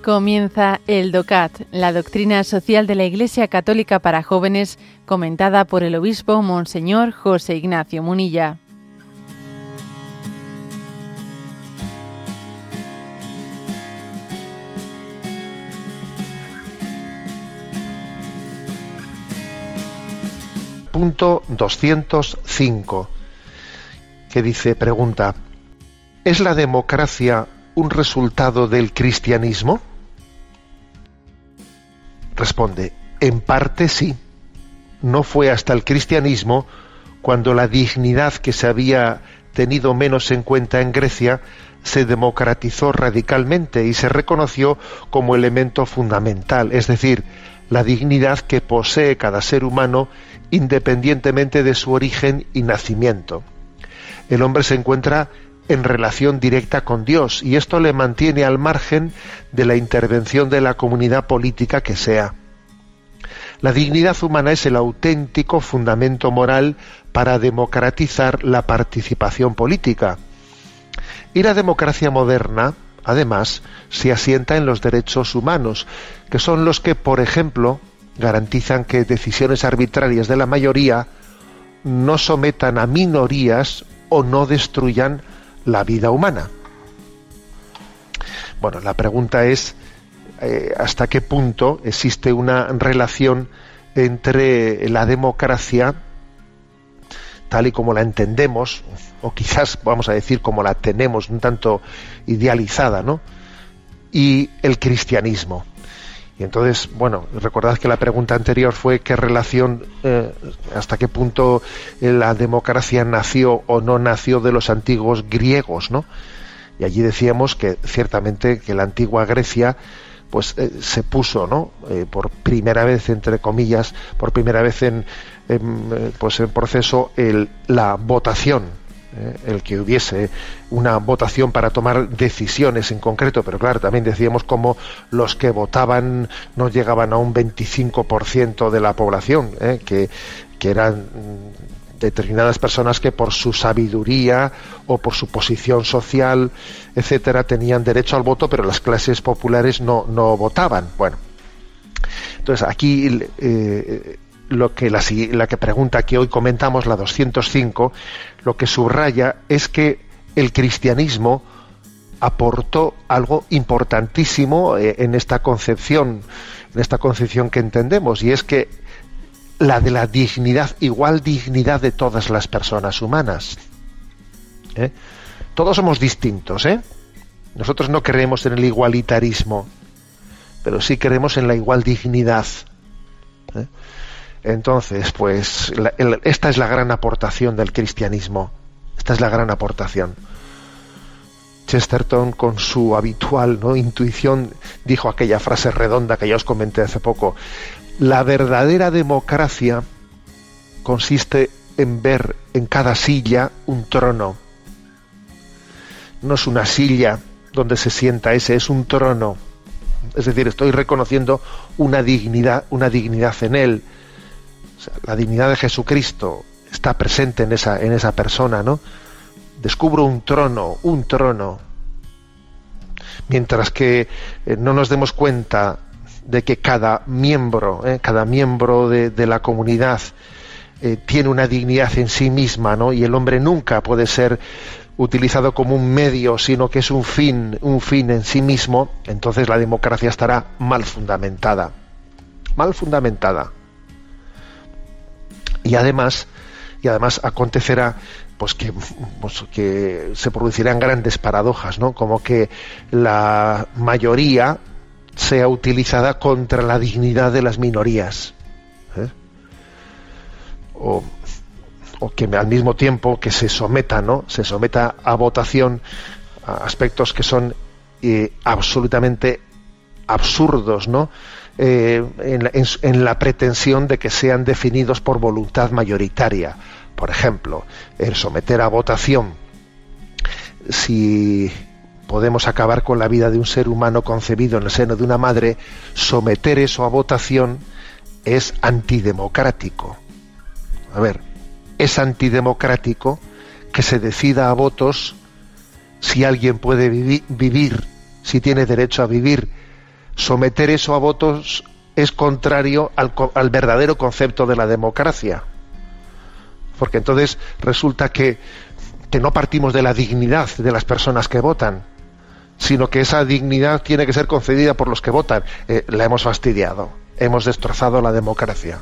Comienza el DOCAT, la doctrina social de la Iglesia Católica para jóvenes, comentada por el obispo Monseñor José Ignacio Munilla. Punto 205, que pregunta, ¿es la democracia un resultado del cristianismo? Responde, en parte sí. No fue hasta el cristianismo, cuando la dignidad que se había tenido menos en cuenta en Grecia se democratizó radicalmente y se reconoció como elemento fundamental, es decir, la dignidad que posee cada ser humano independientemente de su origen y nacimiento. El hombre se encuentra en relación directa con Dios y esto le mantiene al margen de la intervención de la comunidad política que sea. La dignidad humana es el auténtico fundamento moral para democratizar la participación política. Y la democracia moderna, además, se asienta en los derechos humanos, que son los que, por ejemplo, garantizan que decisiones arbitrarias de la mayoría no sometan a minorías o no destruyan la vida humana. Bueno, la pregunta es hasta qué punto existe una relación entre la democracia tal y como la entendemos, o quizás vamos a decir como la tenemos un tanto idealizada, ¿no?, y el cristianismo. Y entonces, bueno, recordad que la pregunta anterior fue qué relación, hasta qué punto la democracia nació o no nació de los antiguos griegos, ¿no? Y allí decíamos que ciertamente que la antigua Grecia, pues se puso, ¿no?, por primera vez, entre comillas, por primera vez en proceso la votación. El que hubiese una votación para tomar decisiones en concreto, pero claro, también decíamos como los que votaban no llegaban a un 25% de la población, que eran determinadas personas que por su sabiduría o por su posición social, etcétera, tenían derecho al voto, pero las clases populares no votaban. Bueno, entonces aquí la que pregunta que hoy comentamos, la 205, lo que subraya es que el cristianismo aportó algo importantísimo en esta concepción que entendemos, y es que la de la dignidad, igual dignidad de todas las personas humanas. Todos somos distintos, Nosotros no creemos en el igualitarismo, pero sí creemos en la igual dignidad. Entonces, pues, esta es la gran aportación del cristianismo. Esta es la gran aportación. Chesterton, con su habitual, ¿no?, intuición, dijo aquella frase redonda que ya os comenté hace poco. La verdadera democracia consiste en ver en cada silla un trono. No es una silla donde se sienta ese, es un trono. Es decir, estoy reconociendo una dignidad en él. O sea, la dignidad de Jesucristo está presente en esa persona, ¿no? Descubro un trono. Mientras que no nos demos cuenta de que cada miembro de la comunidad tiene una dignidad en sí misma, ¿no? Y el hombre nunca puede ser utilizado como un medio, sino que es un fin en sí mismo, entonces la democracia estará mal fundamentada. Y además acontecerá que se producirán grandes paradojas, ¿no? Como que la mayoría sea utilizada contra la dignidad de las minorías, o que al mismo tiempo que se someta a votación a aspectos que son absolutamente absurdos, ¿no? En la pretensión de que sean definidos por voluntad mayoritaria. Por ejemplo, el someter a votación si podemos acabar con la vida de un ser humano concebido en el seno de una madre, someter eso a votación es antidemocrático. A ver, es antidemocrático que se decida a votos si alguien puede vivir, si tiene derecho a vivir someter eso a votos es contrario al verdadero concepto de la democracia. Porque entonces resulta que no partimos de la dignidad de las personas que votan, sino que esa dignidad tiene que ser concedida por los que votan. La hemos fastidiado, hemos destrozado la democracia.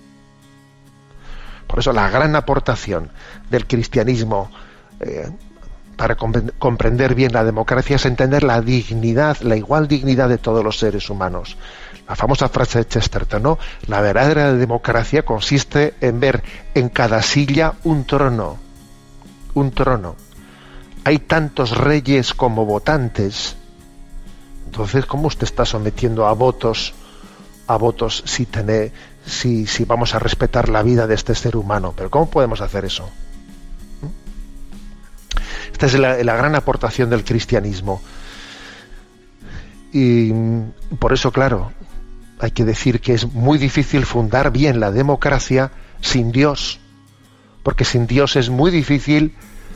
Por eso la gran aportación del cristianismo para comprender bien la democracia es entender la dignidad, la igual dignidad de todos los seres humanos. La famosa frase de Chesterton, ¿no? La verdadera democracia consiste en ver en cada silla un trono. Un trono. Hay tantos reyes como votantes. Entonces, ¿cómo usted está sometiendo a votos si vamos a respetar la vida de este ser humano? Pero ¿cómo podemos hacer eso? Esta es la gran aportación del cristianismo. Y por eso, claro, hay que decir que es muy difícil fundar bien la democracia sin Dios, porque sin Dios es muy difícil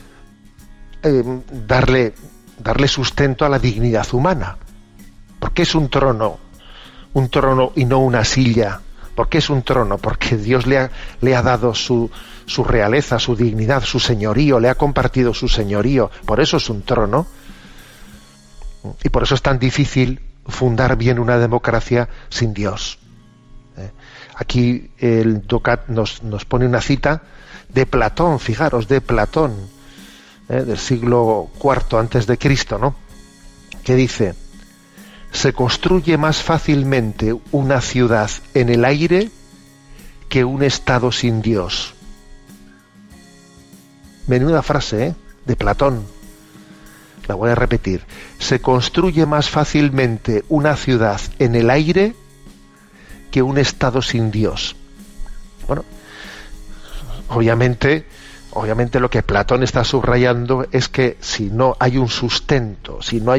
darle sustento a la dignidad humana. ¿Por qué es un trono y no una silla? ¿Por qué es un trono? Porque Dios le ha dado su realeza, su dignidad, su señorío, le ha compartido su señorío. Por eso es un trono. Y por eso es tan difícil fundar bien una democracia sin Dios. Aquí el DOCAT nos pone una cita de Platón, fijaros, de Platón, del siglo IV antes de Cristo, ¿no? Que dice: se construye más fácilmente una ciudad en el aire que un estado sin Dios. Menuda frase, de Platón. La voy a repetir. Se construye más fácilmente una ciudad en el aire que un estado sin Dios. Bueno, obviamente lo que Platón está subrayando es que si no hay un sustento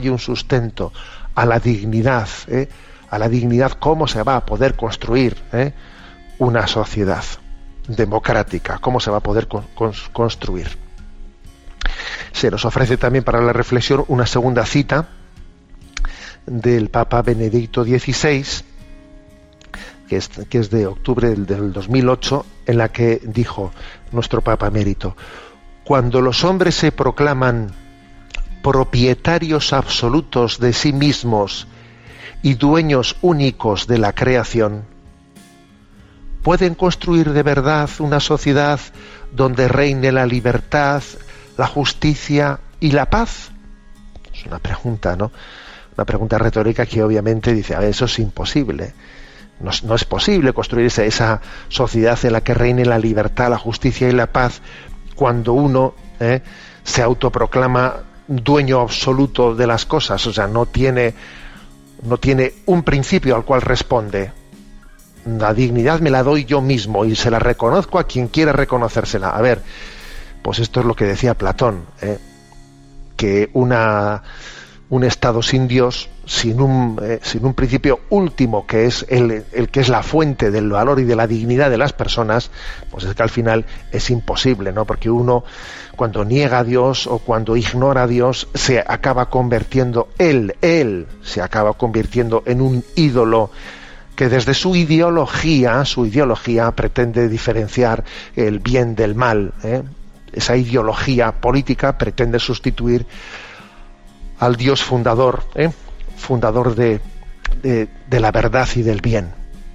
a la dignidad, ¿cómo se va a poder construir una sociedad democrática? ¿Cómo se va a poder construir? Se nos ofrece también para la reflexión una segunda cita del Papa Benedicto XVI, que es de octubre del 2008, en la que dijo nuestro Papa emérito: cuando los hombres se proclaman propietarios absolutos de sí mismos y dueños únicos de la creación, ¿pueden construir de verdad una sociedad donde reine la libertad, la justicia y la paz? Es una pregunta, ¿no? Una pregunta retórica que obviamente dice: a ver, eso es imposible. No es posible construir esa sociedad en la que reine la libertad, la justicia y la paz cuando uno se autoproclama dueño absoluto de las cosas. O sea, no tiene un principio al cual responde. La dignidad me la doy yo mismo y se la reconozco a quien quiera reconocérsela. A ver, pues esto es lo que decía Platón, que un estado sin Dios, sin un principio último que es el que es la fuente del valor y de la dignidad de las personas, pues es que al final es imposible, ¿no? Porque uno, cuando niega a Dios o cuando ignora a Dios, se acaba convirtiendo él se acaba convirtiendo en un ídolo que desde su ideología pretende diferenciar el bien del mal, Esa ideología política pretende sustituir al Dios fundador, fundador de la verdad y del bien.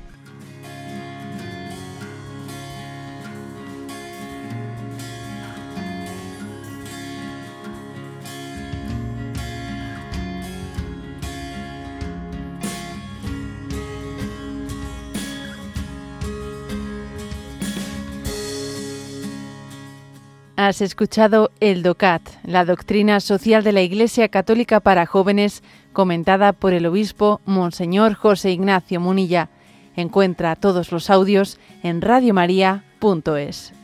Has escuchado el DOCAT, la doctrina social de la Iglesia Católica para jóvenes, comentada por el obispo Monseñor José Ignacio Munilla. Encuentra todos los audios en radiomaria.es.